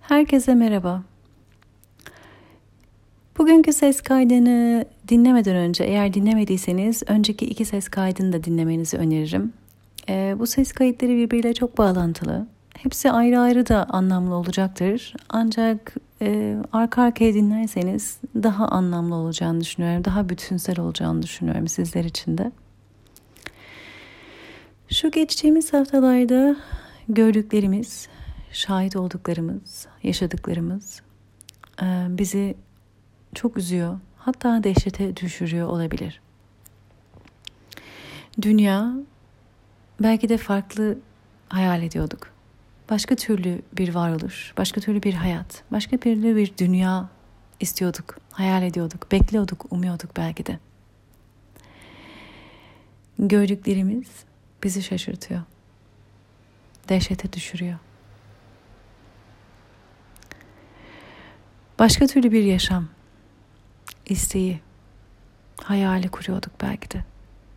Herkese merhaba. Bugünkü ses kaydını dinlemeden önce, eğer dinlemediyseniz önceki 2 ses kaydını da dinlemenizi öneririm. Bu ses kayıtları birbiriyle çok bağlantılı. Hepsi ayrı ayrı da anlamlı olacaktır. Ancak arka arkaya dinlerseniz daha anlamlı olacağını düşünüyorum. Daha bütünsel olacağını düşünüyorum sizler için de. Şu geçtiğimiz haftalarda gördüklerimiz, şahit olduklarımız, yaşadıklarımız bizi çok üzüyor. Hatta dehşete düşürüyor olabilir. Dünya belki de farklı hayal ediyorduk. Başka türlü bir varoluş, başka türlü bir hayat, başka türlü bir dünya istiyorduk, hayal ediyorduk, bekliyorduk, umuyorduk belki de. Gördüklerimiz bizi şaşırtıyor. Dehşete düşürüyor. Başka türlü bir yaşam isteği, hayali kuruyorduk belki de.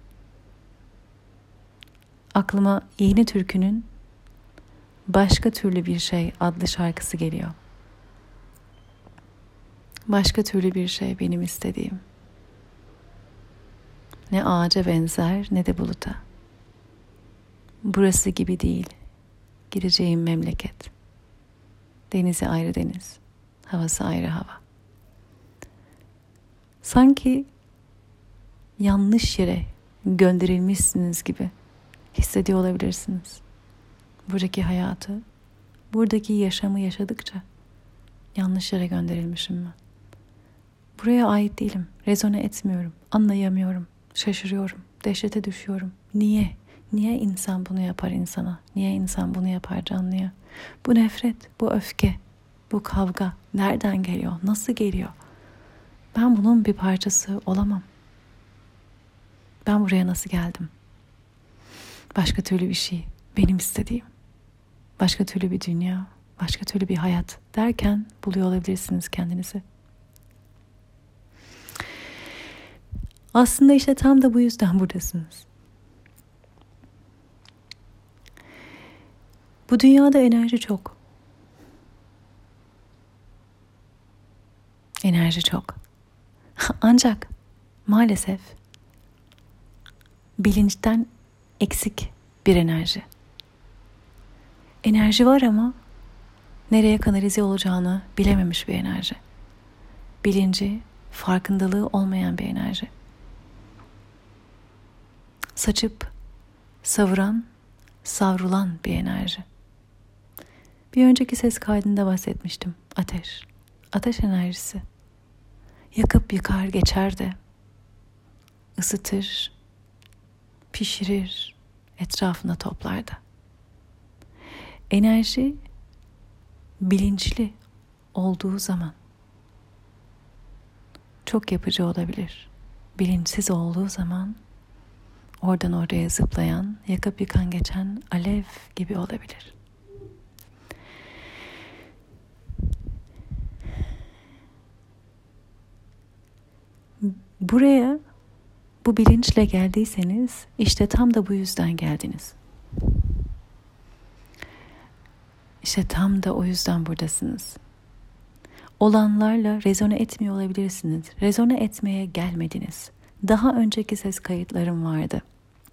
Aklıma Yeni Türkü'nün Başka Türlü Bir Şey adlı şarkısı geliyor. Başka türlü bir şey benim istediğim. Ne ağaca benzer ne de buluta. Burası gibi değil, gideceğim memleket. Denizi ayrı deniz, havası ayrı hava. Sanki yanlış yere gönderilmişsiniz gibi hissediyor olabilirsiniz. Buradaki hayatı, buradaki yaşamı yaşadıkça yanlış yere gönderilmişim ben. Buraya ait değilim, rezone etmiyorum, anlayamıyorum, şaşırıyorum, dehşete düşüyorum. Niye? Niye insan bunu yapar insana? Niye insan bunu yapar canlıya? Bu nefret, bu öfke, bu kavga nereden geliyor? Nasıl geliyor? Ben bunun bir parçası olamam. Ben buraya nasıl geldim? Başka türlü bir şey, benim istediğim. Başka türlü bir dünya, başka türlü bir hayat derken buluyor olabilirsiniz kendinizi. Aslında işte tam da bu yüzden buradasınız. Bu dünyada enerji çok. Enerji çok. Ancak maalesef bilinçten eksik bir enerji. Enerji var ama nereye kanalize olacağını bilememiş bir enerji. Bilinci, farkındalığı olmayan bir enerji. Saçıp savuran, savrulan bir enerji. Bir önceki ses kaydında bahsetmiştim. Ateş. Ateş enerjisi. Yakıp yıkar geçer de ısıtır, pişirir, etrafına toplar da. Enerji bilinçli olduğu zaman çok yapıcı olabilir. Bilinçsiz olduğu zaman oradan oraya zıplayan, yakıp yıkan geçen alev gibi olabilir. Buraya bu bilinçle geldiyseniz işte tam da bu yüzden geldiniz. İşte tam da o yüzden buradasınız. Olanlarla rezone etmiyor olabilirsiniz. Rezone etmeye gelmediniz. Daha önceki ses kayıtlarım vardı.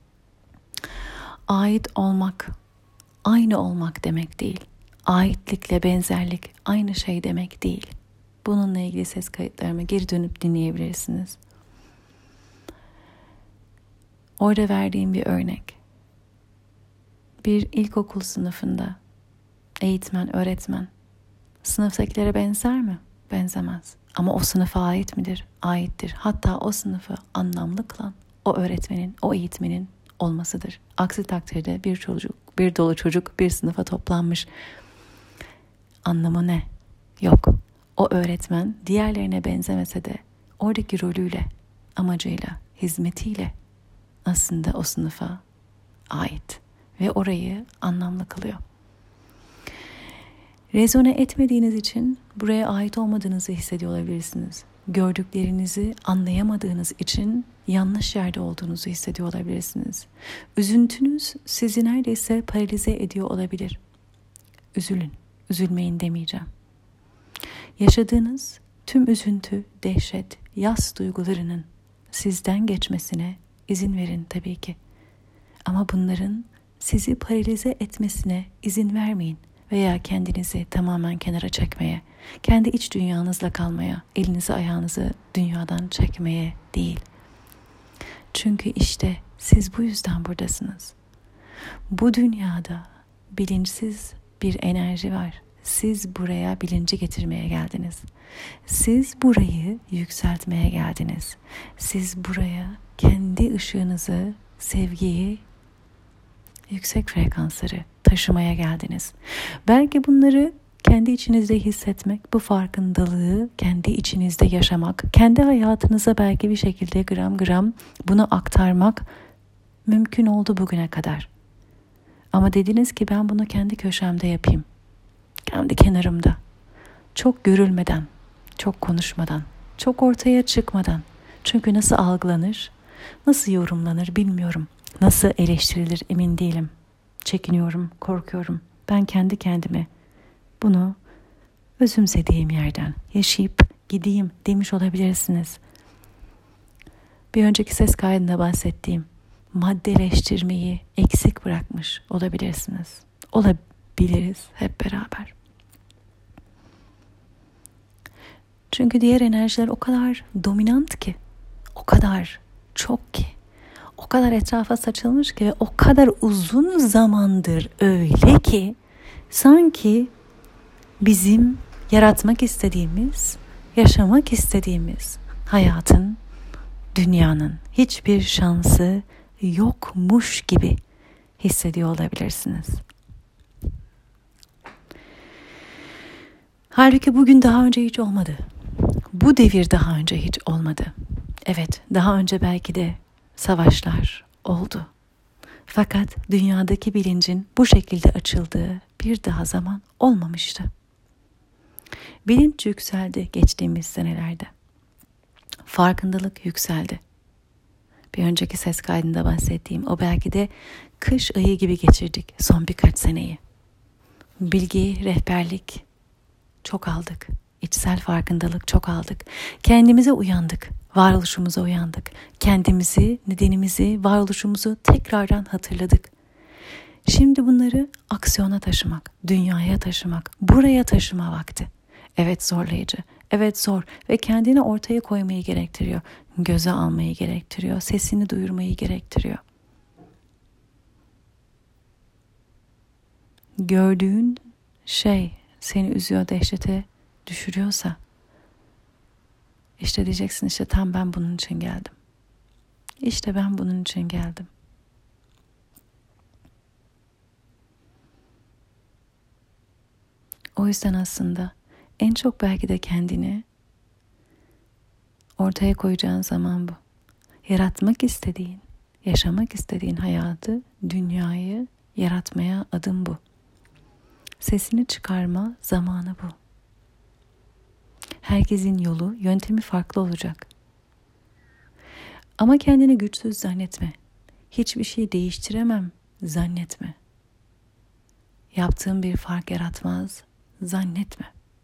Ait olmak, aynı olmak demek değil. Aitlikle benzerlik aynı şey demek değil. Bununla ilgili ses kayıtlarımı geri dönüp dinleyebilirsiniz. Orada verdiğim bir örnek. Bir ilkokul sınıfında eğitmen, öğretmen sınıftakilere benzer mi? Benzemez. Ama o sınıfa ait midir? Aittir. Hatta o sınıfı anlamlı kılan o öğretmenin, o eğitmenin olmasıdır. Aksi takdirde bir dolu çocuk bir sınıfa toplanmış. Anlamı ne? Yok. O öğretmen diğerlerine benzemese de oradaki rolüyle, amacıyla, hizmetiyle aslında o sınıfa ait ve orayı anlamlı kılıyor. Rezone etmediğiniz için buraya ait olmadığınızı hissediyor olabilirsiniz. Gördüklerinizi anlayamadığınız için yanlış yerde olduğunuzu hissediyor olabilirsiniz. Üzüntünüz sizi neredeyse paralize ediyor olabilir. Üzülün, üzülmeyin demeyeceğim. Yaşadığınız tüm üzüntü, dehşet, yas duygularının sizden geçmesine izin verin tabii ki. Ama bunların sizi paralize etmesine izin vermeyin veya kendinizi tamamen kenara çekmeye, kendi iç dünyanızla kalmaya, elinizi ayağınızı dünyadan çekmeye değil. Çünkü işte siz bu yüzden buradasınız. Bu dünyada bilinçsiz bir enerji var. Siz buraya bilinci getirmeye geldiniz. Siz burayı yükseltmeye geldiniz. Siz buraya kendi ışığınızı, sevgiyi, yüksek frekansları taşımaya geldiniz. Belki bunları kendi içinizde hissetmek, bu farkındalığı kendi içinizde yaşamak, kendi hayatınıza belki bir şekilde gram gram bunu aktarmak mümkün oldu bugüne kadar. Ama dediniz ki ben bunu kendi köşemde yapayım. Kendi kenarımda. Çok görülmeden, çok konuşmadan, çok ortaya çıkmadan. Çünkü nasıl algılanır, nasıl yorumlanır bilmiyorum. Nasıl eleştirilir emin değilim. Çekiniyorum, korkuyorum. Ben kendi kendime bunu özümsediğim yerden yaşayıp gideyim demiş olabilirsiniz. Bir önceki ses kaydında bahsettiğim maddeleştirmeyi eksik bırakmış olabilirsiniz. Olabiliriz hep beraber. Çünkü diğer enerjiler o kadar dominant ki, o kadar çok ki, o kadar etrafa saçılmış ki ve o kadar uzun zamandır öyle ki sanki bizim yaratmak istediğimiz, yaşamak istediğimiz hayatın, dünyanın hiçbir şansı yokmuş gibi hissediyor olabilirsiniz. Halbuki bugün daha önce hiç olmadı. Bu devir daha önce hiç olmadı. Evet, daha önce belki de savaşlar oldu. Fakat dünyadaki bilincin bu şekilde açıldığı bir daha zaman olmamıştı. Bilinç yükseldi geçtiğimiz senelerde. Farkındalık yükseldi. Bir önceki ses kaydında bahsettiğim o belki de kış ayı gibi geçirdik son birkaç seneyi. Bilgi, rehberlik çok aldık. İçsel farkındalık çok aldık. Kendimize uyandık. Varoluşumuza uyandık. Kendimizi, nedenimizi, varoluşumuzu tekrardan hatırladık. Şimdi bunları aksiyona taşımak, dünyaya taşımak, buraya taşıma vakti. Evet zorlayıcı, evet zor ve kendini ortaya koymayı gerektiriyor. Göze almayı gerektiriyor, sesini duyurmayı gerektiriyor. Gördüğün şey seni üzüyor, dehşete düşürüyorsa işte diyeceksin işte tam ben bunun için geldim. İşte ben bunun için geldim. O yüzden aslında en çok belki de kendini ortaya koyacağın zaman bu. Yaratmak istediğin, yaşamak istediğin hayatı, dünyayı yaratmaya adım bu. Sesini çıkarma zamanı bu. Herkesin yolu, yöntemi farklı olacak. Ama kendini güçsüz zannetme. Hiçbir şey değiştiremem zannetme. Yaptığın bir fark yaratmaz zannetme.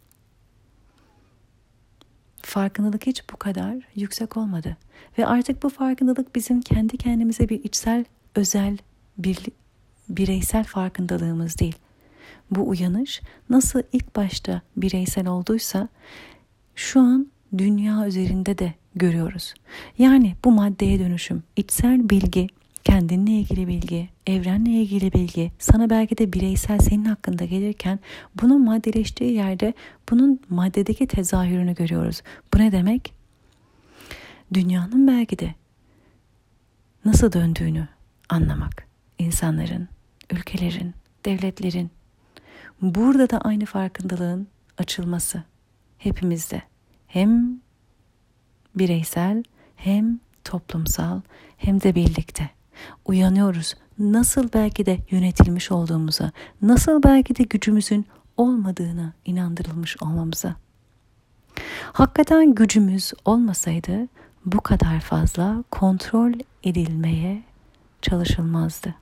Farkındalık hiç bu kadar yüksek olmadı. Ve artık bu farkındalık bizim kendi kendimize bir içsel, özel, bireysel farkındalığımız değil. Bu uyanış nasıl ilk başta bireysel olduysa şu an dünya üzerinde de görüyoruz. Yani bu maddeye dönüşüm, içsel bilgi, kendinle ilgili bilgi, evrenle ilgili bilgi, sana belki de bireysel senin hakkında gelirken bunun maddeleştiği yerde bunun maddedeki tezahürünü görüyoruz. Bu ne demek? Dünyanın belki de nasıl döndüğünü anlamak. İnsanların, ülkelerin, devletlerin. Burada da aynı farkındalığın açılması hepimizde. Hem bireysel hem toplumsal hem de birlikte. Uyanıyoruz. Nasıl belki de yönetilmiş olduğumuza, nasıl belki de gücümüzün olmadığına inandırılmış olmamıza. Hakikaten gücümüz olmasaydı bu kadar fazla kontrol edilmeye çalışılmazdı.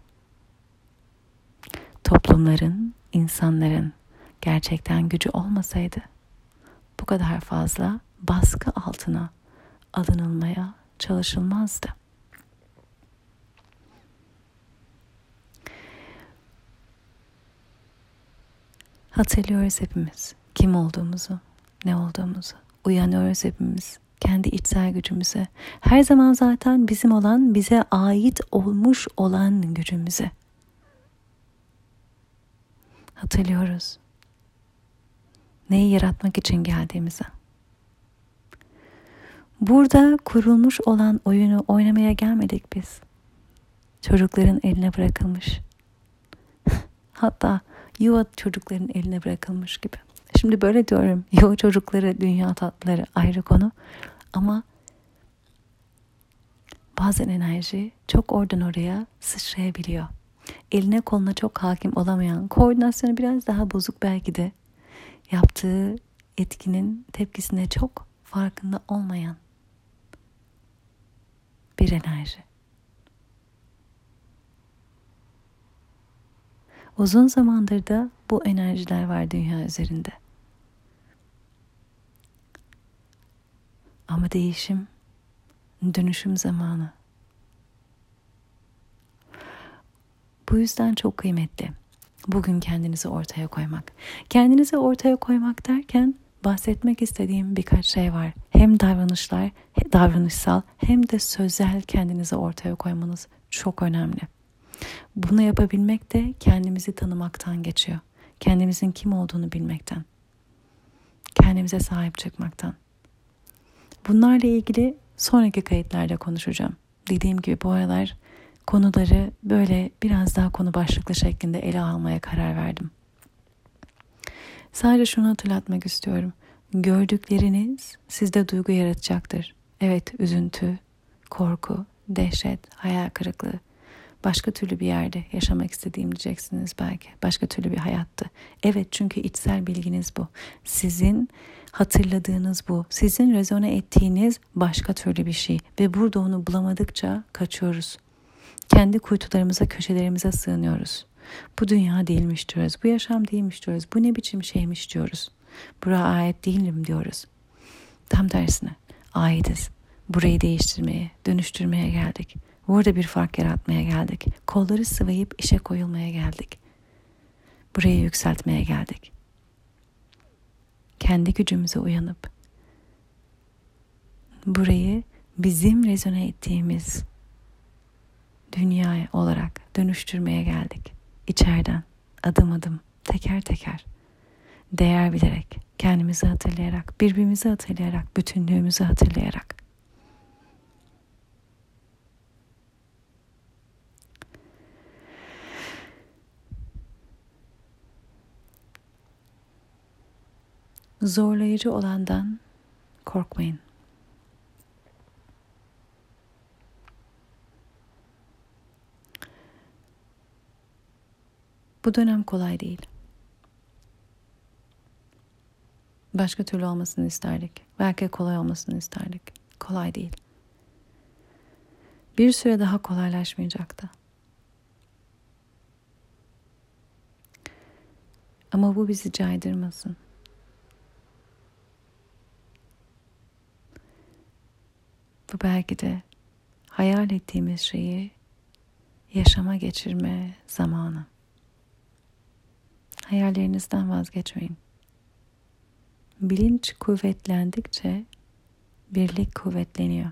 Toplumların, insanların gerçekten gücü olmasaydı bu kadar fazla baskı altına alınılmaya çalışılmazdı. Hatırlıyoruz hepimiz kim olduğumuzu, ne olduğumuzu. Uyanıyoruz hepimiz kendi içsel gücümüze. Her zaman zaten bizim olan, bize ait olmuş olan gücümüze. Hatırlıyoruz neyi yaratmak için geldiğimize. Burada kurulmuş olan oyunu oynamaya gelmedik biz. Çocukların eline bırakılmış. Hatta yuva çocukların eline bırakılmış gibi. Şimdi böyle diyorum, yuva çocukları, dünya tatlıları ayrı konu. Ama bazen enerji çok oradan oraya sıçrayabiliyor. Eline koluna çok hakim olamayan, koordinasyonu biraz daha bozuk belki de, yaptığı etkinin tepkisine çok farkında olmayan bir enerji. Uzun zamandır da bu enerjiler var dünya üzerinde. Ama değişim, dönüşüm zamanı. Bu yüzden çok kıymetli. Bugün kendinizi ortaya koymak. Kendinizi ortaya koymak derken bahsetmek istediğim birkaç şey var. Hem davranışsal hem de sözel kendinizi ortaya koymanız çok önemli. Bunu yapabilmek de kendimizi tanımaktan geçiyor. Kendimizin kim olduğunu bilmekten. Kendimize sahip çıkmaktan. Bunlarla ilgili sonraki kayıtlarda konuşacağım. Dediğim gibi bu aralar konuları böyle biraz daha konu başlıklı şeklinde ele almaya karar verdim. Sadece şunu hatırlatmak istiyorum. Gördükleriniz sizde duygu yaratacaktır. Evet, üzüntü, korku, dehşet, hayal kırıklığı. Başka türlü bir yerde yaşamak istediğim diyeceksiniz belki. Başka türlü bir hayattı. Evet, çünkü içsel bilginiz bu. Sizin hatırladığınız bu. Sizin rezone ettiğiniz başka türlü bir şey. Ve burada onu bulamadıkça kaçıyoruz. Kendi kuytularımıza, köşelerimize sığınıyoruz. Bu dünya değilmiş diyoruz. Bu yaşam değilmiş diyoruz. Bu ne biçim şeymiş diyoruz. Buraya ait değilim diyoruz. Tam tersine aitiz. Burayı değiştirmeye, dönüştürmeye geldik. Burada bir fark yaratmaya geldik. Kolları sıvayıp işe koyulmaya geldik. Burayı yükseltmeye geldik. Kendi gücümüze uyanıp burayı bizim rezone ettiğimiz dünya olarak dönüştürmeye geldik. İçeriden, adım adım, teker teker, değer bilerek, kendimizi hatırlayarak, birbirimizi hatırlayarak, bütünlüğümüzü hatırlayarak. Zorlayıcı olandan korkmayın. Bu dönem kolay değil. Başka türlü olmasını isterdik. Belki kolay olmasını isterdik. Kolay değil. Bir süre daha kolaylaşmayacaktı. Ama bu bizi caydırmasın. Bu belki de hayal ettiğimiz şeyi yaşama geçirme zamanı. Hayallerinizden vazgeçmeyin. Bilinç kuvvetlendikçe birlik kuvvetleniyor.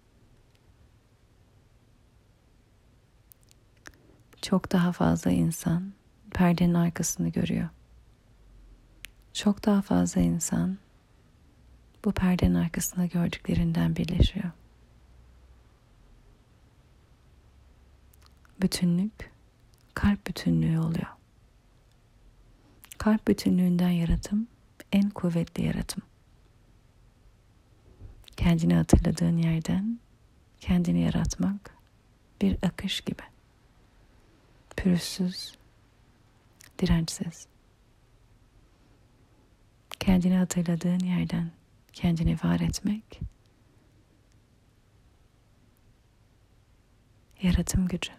Çok daha fazla insan perdenin arkasını görüyor. Çok daha fazla insan bu perdenin arkasında gördüklerinden birleşiyor. Bütünlük, kalp bütünlüğü oluyor. Kalp bütünlüğünden yaratım en kuvvetli yaratım. Kendini hatırladığın yerden kendini yaratmak bir akış gibi. Pürüzsüz, dirençsiz. Kendini hatırladığın yerden kendini var etmek yaratım gücü.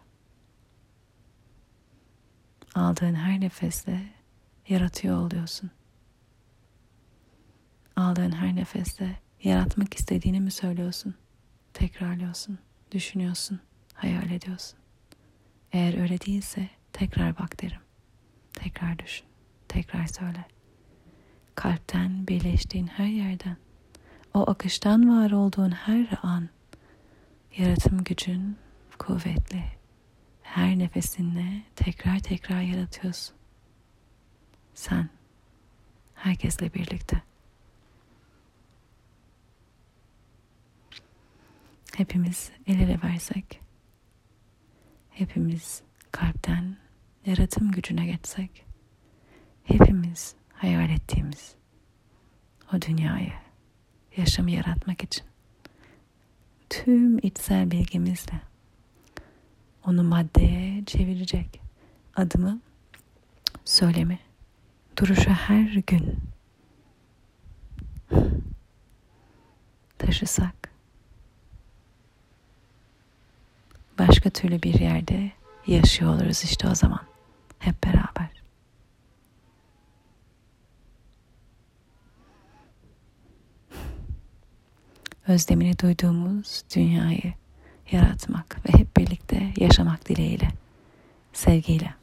Aldığın her nefesle yaratıyor oluyorsun. aldığın her nefeste yaratmak istediğini mi söylüyorsun? Tekrarlıyorsun, düşünüyorsun, hayal ediyorsun. Eğer öyle değilse tekrar bak derim. Tekrar düşün, tekrar söyle. Kalpten birleştiğin her yerden, o akıştan var olduğun her an, yaratım gücün kuvvetli. Her nefesinle tekrar tekrar yaratıyorsun. Sen, herkesle birlikte. Hepimiz el ele versek, hepimiz kalpten yaratım gücüne geçsek, hepimiz hayal ettiğimiz o dünyayı, yaşamı yaratmak için tüm içsel bilgimizle onu maddeye çevirecek adımı, söylemi, duruşu her gün taşısak, başka türlü bir yerde yaşıyor oluruz işte o zaman, hep beraber. Özlemini duyduğumuz dünyayı yaratmak ve hep birlikte yaşamak dileğiyle, sevgiyle.